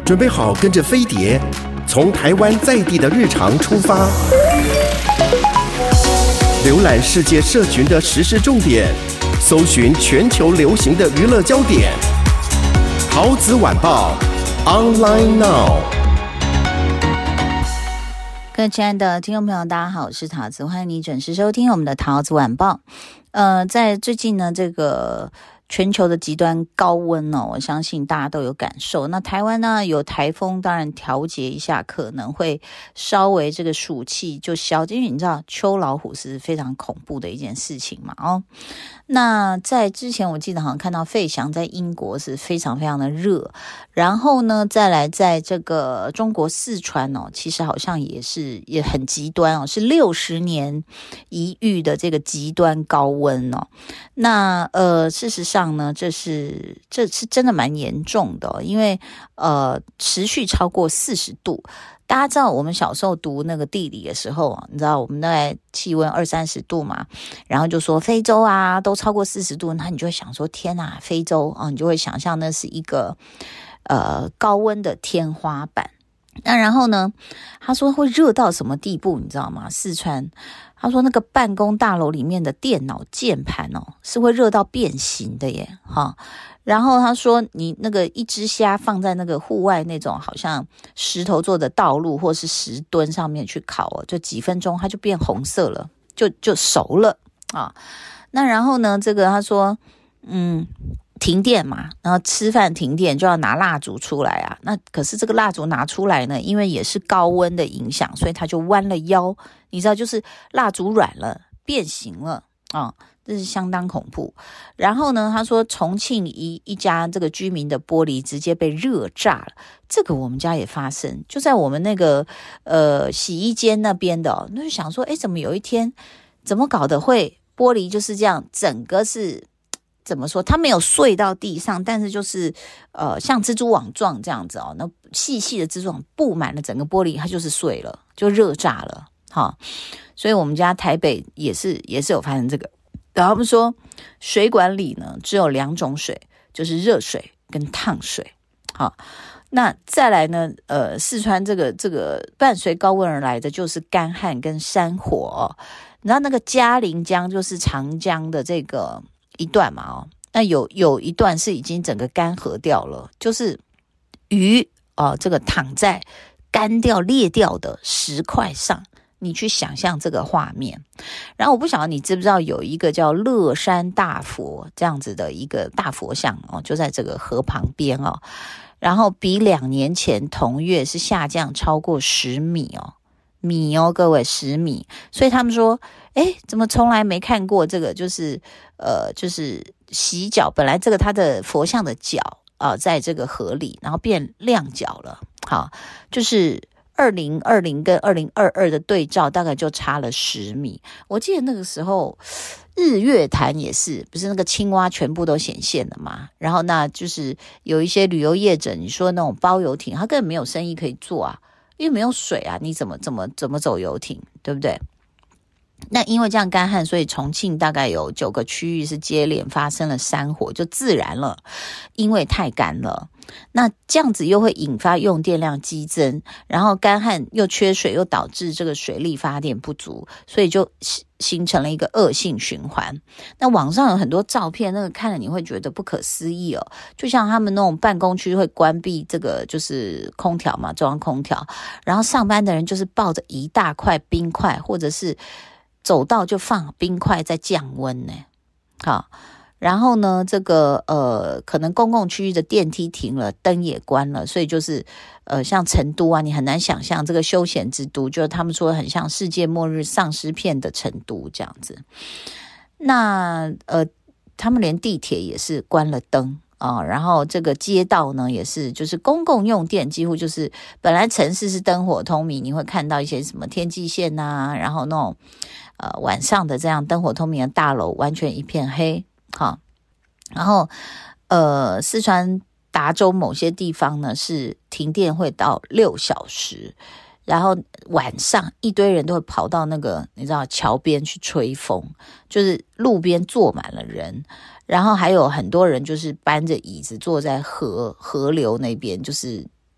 准备好跟着飞碟，从台湾在地的日常出发，浏览世界社群的时事重点，搜寻全球流行的娱乐焦点。陶子晚报 online now。 各位亲爱的听众朋友，大家好，我是陶子，欢迎你准时收听我们的陶子晚报。在最近呢，这个全球的极端高温哦，我相信大家都有感受。那台湾呢有台风，当然调节一下，可能会稍微这个暑气就消，因为你知道秋老虎是非常恐怖的一件事情嘛哦。那在之前我记得好像看到费翔在英国是非常非常的热，然后呢再来在这个中国四川哦，其实好像也很极端哦，是60年一遇的这个极端高温哦。那事实上呢，这是真的蛮严重的哦，因为持续超过40度。大家知道我们小时候读那个地理的时候啊，你知道我们大概气温20-30度嘛，然后就说非洲啊都超过40度，那你就会想说天哪，非洲啊，你就会想象那是一个高温的天花板。那然后呢，他说会热到什么地步你知道吗？四川他说那个办公大楼里面的电脑键盘哦是会热到变形的耶哈。然后他说你那个一只虾放在那个户外那种好像石头做的道路或是石墩上面去烤哦，就几分钟它就变红色了，就熟了啊。那然后呢，这个他说停电嘛，然后吃饭停电就要拿蜡烛出来啊。那可是这个蜡烛拿出来呢，因为也是高温的影响，所以他就弯了腰，你知道就是蜡烛软了变形了啊，这是相当恐怖。然后呢，他说重庆一家这个居民的玻璃直接被热炸了，这个我们家也发生，就在我们那个洗衣间那边的哦。那就想说怎么有一天怎么搞得会玻璃就是这样，整个是怎么说，它没有碎到地上，但是就是像蜘蛛网状这样子哦，那细细的蜘蛛网布满了整个玻璃，它就是碎了，就热炸了哈。所以我们家台北也是有发生这个。然后他们说水管里呢只有2种水，就是热水跟烫水。好，那再来呢四川这个伴随高温而来的就是干旱跟山火哦。你知道那个嘉陵江就是长江的这个一段嘛哦，那有一段是已经整个干涸掉了，就是鱼这个躺在干掉裂掉的石块上，你去想象这个画面。然后我不晓得你知不知道有一个叫乐山大佛这样子的一个大佛像哦，就在这个河旁边哦，然后比2年前同月是下降超过10米哦，各位10米。所以他们说怎么从来没看过这个，就是洗脚，本来这个它的佛像的脚在这个河里，然后变亮脚了。好，就是2020跟2022的对照大概就差了10米。我记得那个时候日月潭也是，不是那个青蛙全部都显现了嘛？然后那就是有一些旅游业者，你说那种包游艇，他根本没有生意可以做啊，因为没有水啊，你怎么走游艇，对不对？那因为这样干旱，所以重庆大概有9个区域是接连发生了山火，就自燃了，因为太干了。那这样子又会引发用电量激增，然后干旱又缺水，又导致这个水力发电不足，所以就形成了一个恶性循环。那网上有很多照片，那个看了你会觉得不可思议哦，就像他们那种办公区会关闭这个就是空调嘛，中央空调，然后上班的人就是抱着一大块冰块，或者是走到就放冰块在降温呢。好，然后呢这个可能公共区域的电梯停了，灯也关了，所以就是像成都啊，你很难想象这个休闲之都，就是他们说很像世界末日丧尸片的成都这样子。那他们连地铁也是关了灯然后这个街道呢也是就是公共用电几乎就是本来城市是灯火通明，你会看到一些什么天际线啊，然后那种晚上的这样灯火通明的大楼完全一片黑。好，然后四川达州某些地方呢是停电会到6小时，然后晚上一堆人都会跑到那个你知道桥边去吹风，就是路边坐满了人，然后还有很多人就是搬着椅子坐在河流那边，就是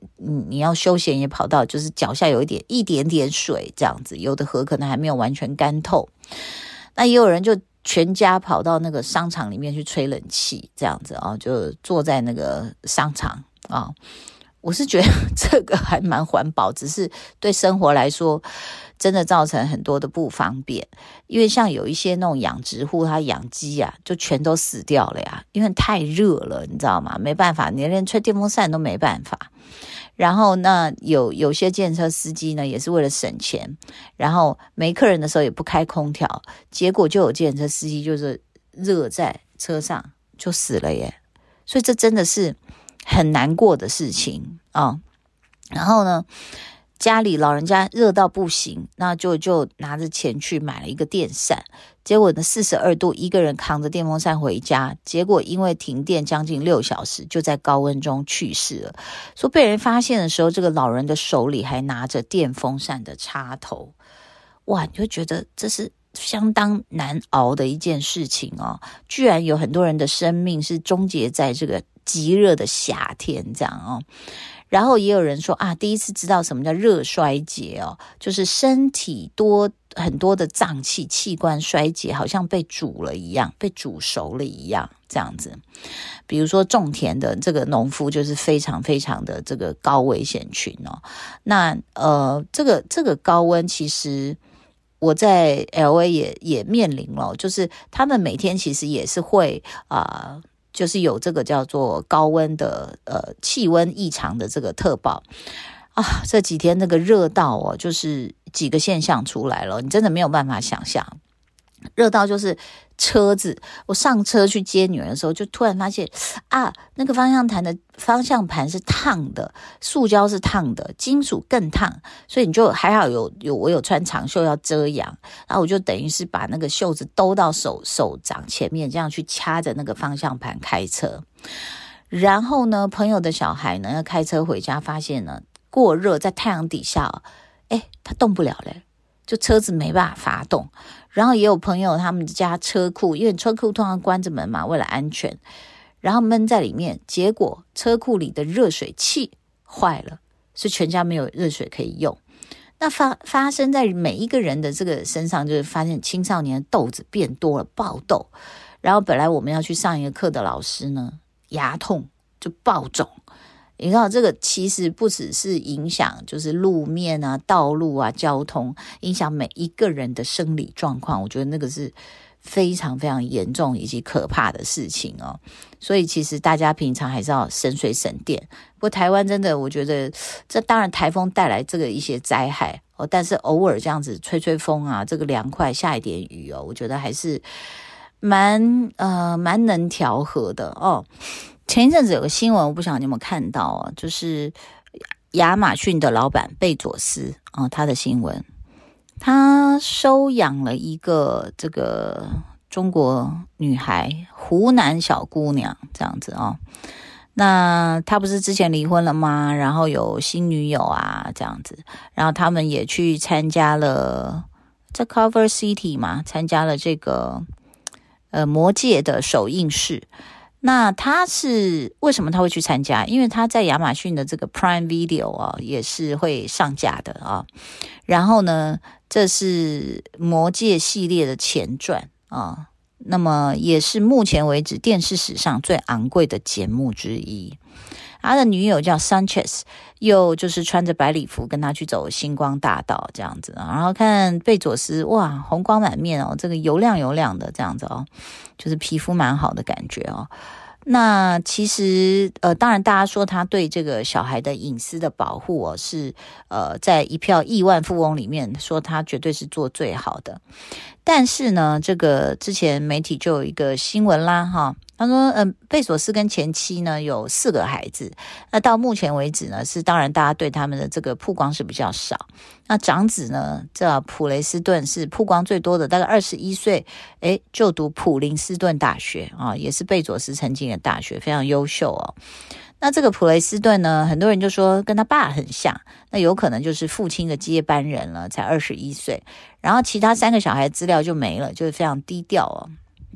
你要休闲也跑到就是脚下有一点点水这样子，有的河可能还没有完全干透。那也有人就全家跑到那个商场里面去吹冷气这样子啊，就坐在那个商场啊。我是觉得这个还蛮环保，只是对生活来说真的造成很多的不方便。因为像有一些那种养殖户，他养鸡啊就全都死掉了呀，因为太热了，你知道吗？没办法，你连吹电风扇都没办法。然后那有些计程车司机呢也是为了省钱，然后没客人的时候也不开空调，结果就有计程车司机就是热在车上就死了耶。所以这真的是很难过的事情啊。然后呢，家里老人家热到不行，那就拿着钱去买了一个电扇，结果呢42度，一个人扛着电风扇回家，结果因为停电将近6小时，就在高温中去世了。说被人发现的时候，这个老人的手里还拿着电风扇的插头，哇，你就觉得这是相当难熬的一件事情哦。居然有很多人的生命是终结在这个极热的夏天这样哦。然后也有人说啊，第一次知道什么叫热衰竭哦，就是身体很多的脏器器官衰竭，好像被煮了一样，被煮熟了一样这样子。比如说种田的这个农夫就是非常非常的这个高危险群哦。那这个高温其实我在 LA 也面临了，就是他们每天其实也是会就是有这个叫做高温的气温异常的这个特报啊。这几天那个热到哦，就是几个现象出来了，你真的没有办法想象。热到就是车子，我上车去接女儿的时候，就突然发现啊，那个方向盘是烫的，塑胶是烫的，金属更烫，所以你就还好我有穿长袖要遮阳，然后我就等于是把那个袖子兜到手掌前面，这样去掐着那个方向盘开车。然后呢，朋友的小孩呢要开车回家，发现呢过热，在太阳底下他动不了了，就车子没办法发动。然后也有朋友他们家车库，因为车库通常关着门嘛，为了安全，然后闷在里面，结果车库里的热水器坏了，所以全家没有热水可以用。那发生在每一个人的这个身上，就是发现青少年的痘子变多了，爆痘。然后本来我们要去上一个课的老师呢，牙痛就爆肿。你知道这个其实不只是影响就是路面啊、道路啊、交通，影响每一个人的生理状况，我觉得那个是非常非常严重以及可怕的事情哦。所以其实大家平常还是要省水省电。不过台湾真的，我觉得这当然台风带来这个一些灾害哦，但是偶尔这样子吹吹风啊，这个凉快下一点雨哦，我觉得还是蛮能调和的哦。前一阵子有个新闻，我不晓得你有没有看到哦，就是亚马逊的老板贝佐斯他的新闻，他收养了一个这个中国女孩，湖南小姑娘这样子哦。那他不是之前离婚了吗？然后有新女友啊这样子，然后他们也去参加了在 Culver City 嘛，参加了这个魔戒的首映式。那他是为什么他会去参加？因为他在亚马逊的这个 Prime Video 也是会上架的啊。然后呢，这是魔戒系列的前传啊，那么也是目前为止电视史上最昂贵的节目之一。他的女友叫 Sanchez， 又就是穿着白礼服跟他去走星光大道这样子，然后看贝佐斯，哇，红光满面哦，这个油亮的这样子哦，就是皮肤蛮好的感觉哦。那其实当然大家说他对这个小孩的隐私的保护是在一票亿万富翁里面说他绝对是做最好的。但是呢，这个之前媒体就有一个新闻啦哈，他说贝索斯跟前妻呢有4个孩子，那到目前为止呢是当然大家对他们的这个曝光是比较少。那长子呢这普雷斯顿是曝光最多的，大概21岁就读普林斯顿大学也是贝佐斯曾经的大学，非常优秀哦。那这个普雷斯顿呢，很多人就说跟他爸很像，那有可能就是父亲的接班人了，才21岁。然后其他3个小孩资料就没了，就是非常低调哦。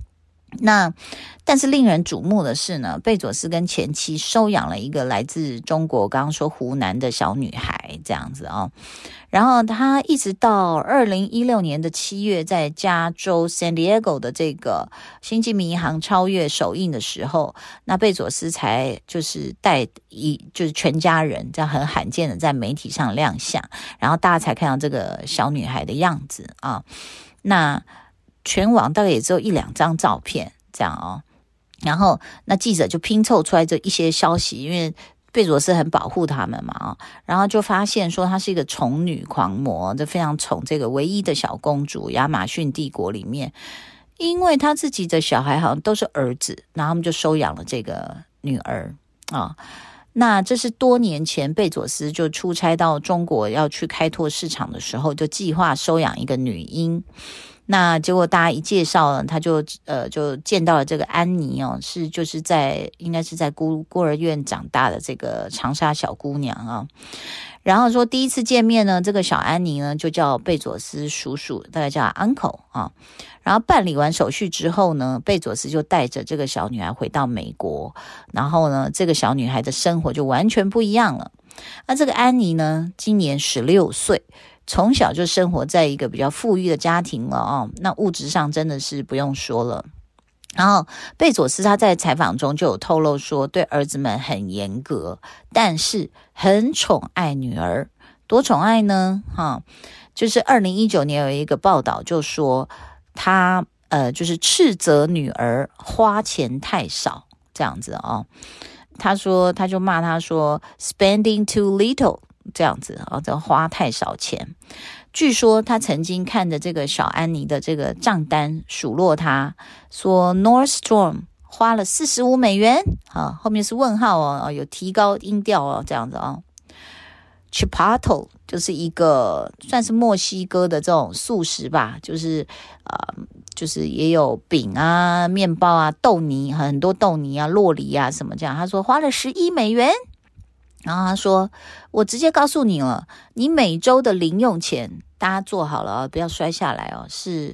那但是令人瞩目的是呢，贝佐斯跟前妻收养了一个来自中国刚刚说湖南的小女孩这样子哦。然后他一直到2016年的7月，在加州 San Diego 的这个星际迷航超越首映的时候，那贝佐斯才就是就是全家人这样很罕见的在媒体上亮相，然后大家才看到这个小女孩的样子啊。那全网大概也只有1-2张照片这样哦。然后那记者就拼凑出来这一些消息，因为贝佐斯很保护他们嘛，然后就发现说他是一个宠女狂魔，就非常宠这个唯一的小公主，亚马逊帝国里面，因为他自己的小孩好像都是儿子，然后他们就收养了这个女儿啊。那这是多年前贝佐斯就出差到中国要去开拓市场的时候，就计划收养一个女婴。那结果大家一介绍呢，他就见到了这个安妮哦，应该是在孤儿院长大的这个长沙小姑娘啊。然后说第一次见面呢，这个小安妮呢就叫贝佐斯叔叔，大概叫 uncle 啊。然后办理完手续之后呢，贝佐斯就带着这个小女孩回到美国，然后呢，这个小女孩的生活就完全不一样了。那这个安妮呢，今年16岁。从小就生活在一个比较富裕的家庭了哦，那物质上真的是不用说了。然后贝佐斯他在采访中就有透露说，对儿子们很严格，但是很宠爱女儿。多宠爱呢？就是2019年有一个报道就说他就是斥责女儿花钱太少这样子哦。他就骂他说 spending too little。这样子啊，这花太少钱。据说他曾经看着这个小安妮的这个账单数落他，说 Nordstrom 花了45美元啊，后面是问号哦，有提高音调哦，这样子哦。Chipotle 就是一个算是墨西哥的这种素食吧，就是也有饼啊、面包啊、豆泥，很多豆泥啊、酪梨啊什么这样。他说花了11美元。然后他说，我直接告诉你了，你每周的零用钱，大家做好了不要摔下来哦，是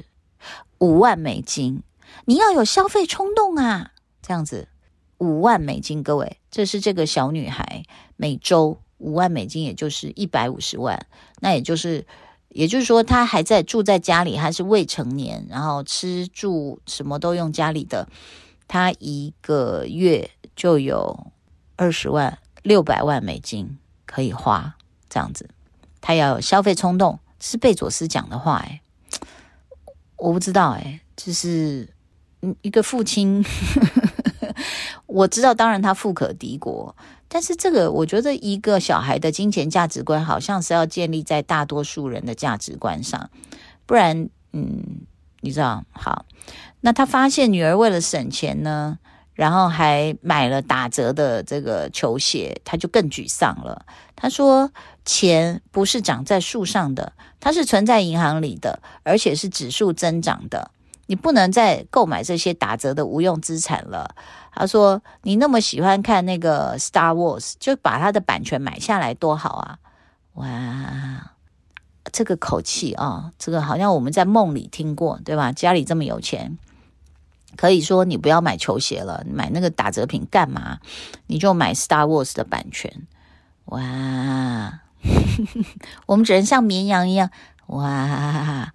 5万美金。你要有消费冲动啊，这样子5万美金，各位，这是这个小女孩每周5万美金，也就是150万。那也就是说，她还在住在家里，还是未成年，然后吃住什么都用家里的，她一个月就有20万。600万美金可以花，这样子，他要有消费冲动，是贝佐斯讲的话我不知道就是一个父亲我知道当然他富可敌国，但是这个我觉得一个小孩的金钱价值观好像是要建立在大多数人的价值观上，不然你知道。好，那他发现女儿为了省钱呢，然后还买了打折的这个球鞋，他就更沮丧了。他说钱不是长在树上的，它是存在银行里的，而且是指数增长的，你不能再购买这些打折的无用资产了。他说你那么喜欢看那个 Star Wars， 就把它的版权买下来多好啊。哇，这个口气这个好像我们在梦里听过，对吧？家里这么有钱，可以说你不要买球鞋了，你买那个打折品干嘛？你就买 Star Wars 的版权。哇我们只能像绵羊一样，哇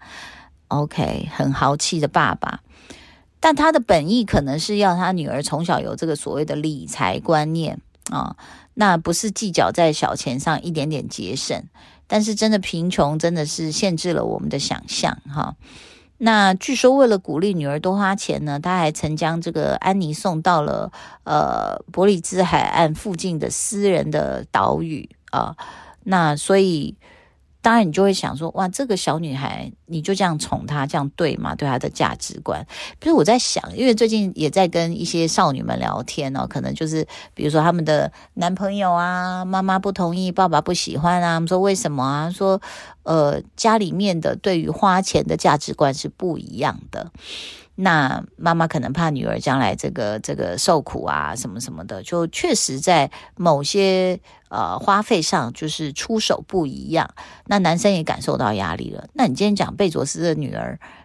OK， 很豪气的爸爸。但他的本意可能是要他女儿从小有这个所谓的理财观念那不是计较在小钱上一点点节省，但是真的贫穷真的是限制了我们的想象那据说为了鼓励女儿多花钱呢，他还曾将这个安妮送到了伯里兹海岸附近的私人的岛屿那所以当然你就会想说，哇，这个小女孩你就这样宠她，这样对吗？对她的价值观。比如我在想，因为最近也在跟一些少女们聊天可能就是比如说他们的男朋友啊，妈妈不同意，爸爸不喜欢啊，他们说为什么啊？说家里面的对于花钱的价值观是不一样的。那妈妈可能怕女儿将来这个受苦啊什么什么的，就确实在某些花费上就是出手不一样，那男生也感受到压力了。那你今天讲贝佐斯的女儿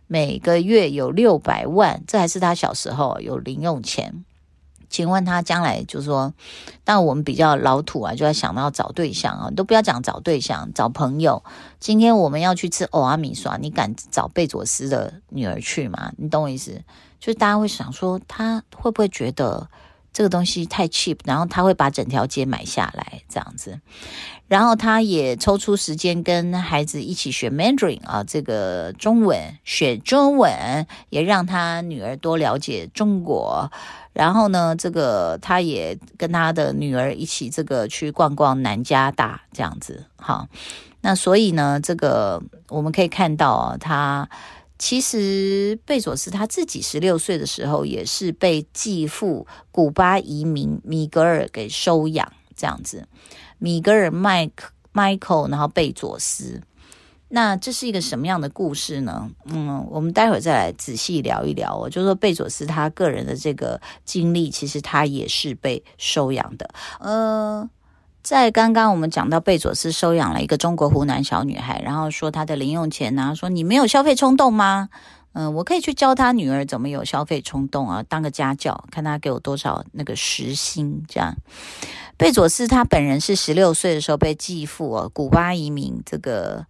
每个月有600万，这还是他小时候有零用钱。请问他将来就是说，当然我们比较老土啊，就要想到找对象啊，都不要讲找对象，找朋友。今天我们要去吃欧阿米刷，你敢找贝佐斯的女儿去吗？你懂我意思？就是大家会想说，他会不会觉得这个东西太 cheap， 然后他会把整条街买下来这样子。然后他也抽出时间跟孩子一起学 Mandarin 啊，这个中文，学中文，也让他女儿多了解中国。然后呢，这个他也跟他的女儿一起这个去逛逛南加大这样子。好，那所以呢，这个我们可以看到啊，他其实贝佐斯他自己16岁的时候也是被继父古巴移民米格尔给收养这样子。米格尔Michael， 然后贝佐斯。那这是一个什么样的故事呢？我们待会儿再来仔细聊一聊。我就说贝佐斯他个人的这个经历，其实他也是被收养的。在刚刚我们讲到贝佐斯收养了一个中国湖南小女孩，然后说她的零用钱啊，说你没有消费冲动吗？我可以去教他女儿怎么有消费冲动啊，当个家教，看他给我多少那个时薪这样。贝佐斯他本人是16岁的时候被继父古巴移民这个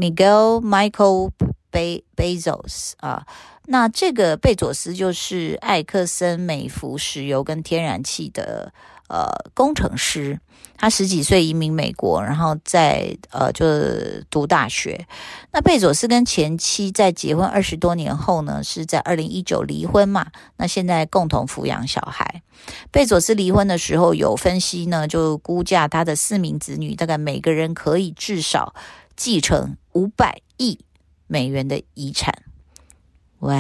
Michael Bezos 啊，那这个贝佐斯就是艾克森美孚石油跟天然气的工程师。他10几岁移民美国，然后就是读大学。那贝佐斯跟前妻在结婚20多年后呢，是在2019离婚嘛，那现在共同抚养小孩。贝佐斯离婚的时候有分析呢，就估价他的4名子女大概每个人可以至少继承500亿美元的遗产。哇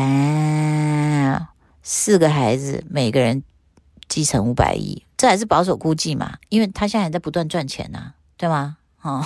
，4个孩子每个人继承500亿，这还是保守估计嘛，因为他现在还在不断赚钱啊，对吗？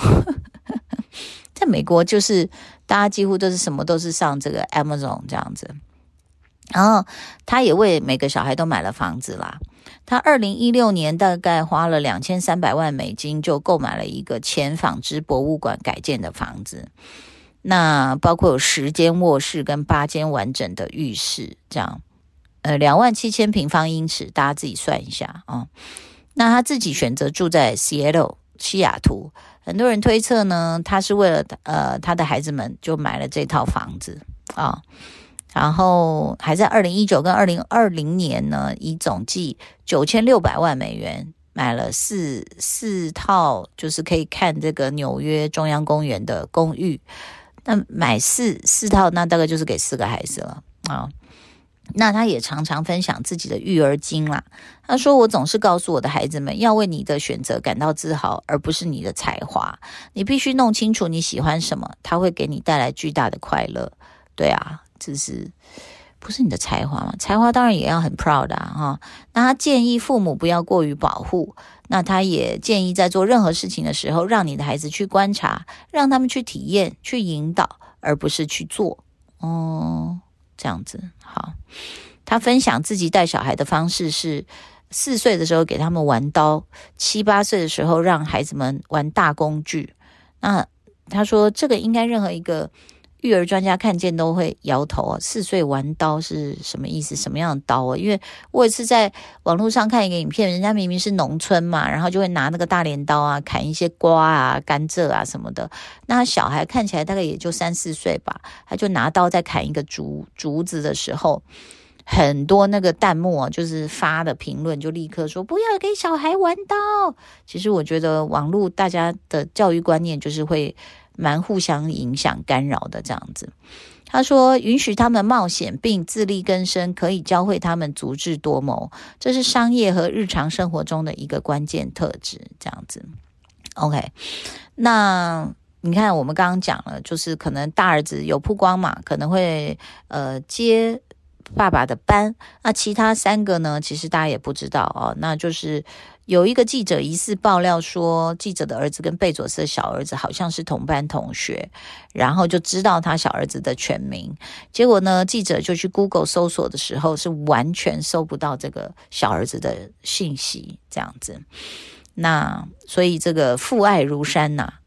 在美国就是大家几乎都是什么都是上这个 Amazon 这样子。然后他也为每个小孩都买了房子啦。他2016年大概花了2300万美金就购买了一个前纺织博物馆改建的房子，那包括有10间卧室跟8间完整的浴室这样。27000平方英尺，大家自己算一下啊。那他自己选择住在西雅图，很多人推测呢，他是为了他的孩子们就买了这套房子啊。然后还在2019跟2020年呢，以总计9600万美元买了四套，就是可以看这个纽约中央公园的公寓。那买四套，那大概就是给4个孩子了啊。那他也常常分享自己的育儿经啦。他说，我总是告诉我的孩子们，要为你的选择感到自豪，而不是你的才华。你必须弄清楚你喜欢什么，它会给你带来巨大的快乐。对啊，这是不是你的才华嘛？才华当然也要很 proud 啊。那他建议父母不要过于保护，那他也建议在做任何事情的时候，让你的孩子去观察，让他们去体验，去引导，而不是去做。这样子好。他分享自己带小孩的方式是4岁的时候给他们玩刀，7、8岁的时候让孩子们玩大工具。那他说这个应该任何一个育儿专家看见都会摇头4岁玩刀是什么意思？什么样的刀因为我有一次在网络上看一个影片，人家明明是农村嘛，然后就会拿那个大镰刀啊，砍一些瓜啊、甘蔗啊什么的。那小孩看起来大概也就3、4岁吧，他就拿刀在砍一个竹子的时候，很多那个弹幕就是发的评论就立刻说不要给小孩玩刀。其实我觉得网络大家的教育观念就是会蛮互相影响干扰的这样子。他说允许他们冒险并自力更生，可以教会他们足智多谋，这是商业和日常生活中的一个关键特质这样子。 OK， 那你看我们刚刚讲了，就是可能大儿子有曝光嘛，可能会接爸爸的班，那其他3个呢其实大家也不知道那就是有一个记者疑似爆料说，记者的儿子跟贝佐斯的小儿子好像是同班同学，然后就知道他小儿子的全名。结果呢，记者就去 Google 搜索的时候，是完全搜不到这个小儿子的信息，这样子。那所以这个父爱如山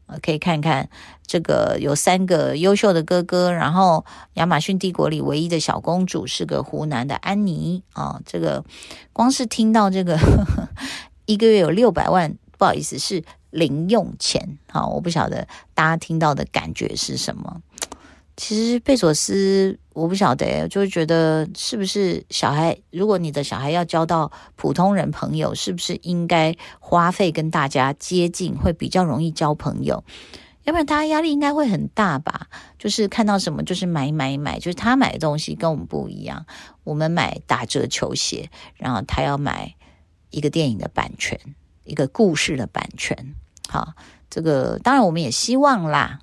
可以看看这个有3个优秀的哥哥，然后亚马逊帝国里唯一的小公主是个湖南的安妮这个光是听到这个一个月有600万，不好意思是零用钱，我不晓得大家听到的感觉是什么。其实贝索斯我不晓得，就会觉得是不是小孩，如果你的小孩要交到普通人朋友，是不是应该花费跟大家接近，会比较容易交朋友？要不然他压力应该会很大吧，就是看到什么就是买，就是他买的东西跟我们不一样，我们买打折球鞋，然后他要买一个电影的版权，一个故事的版权。好，这个当然我们也希望啦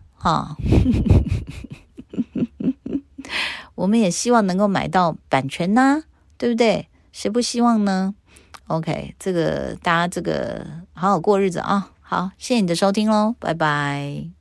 我们也希望能够买到版权呐，对不对？谁不希望呢？ OK， 这个大家这个好好过日子啊。好，谢谢你的收听咯，拜拜。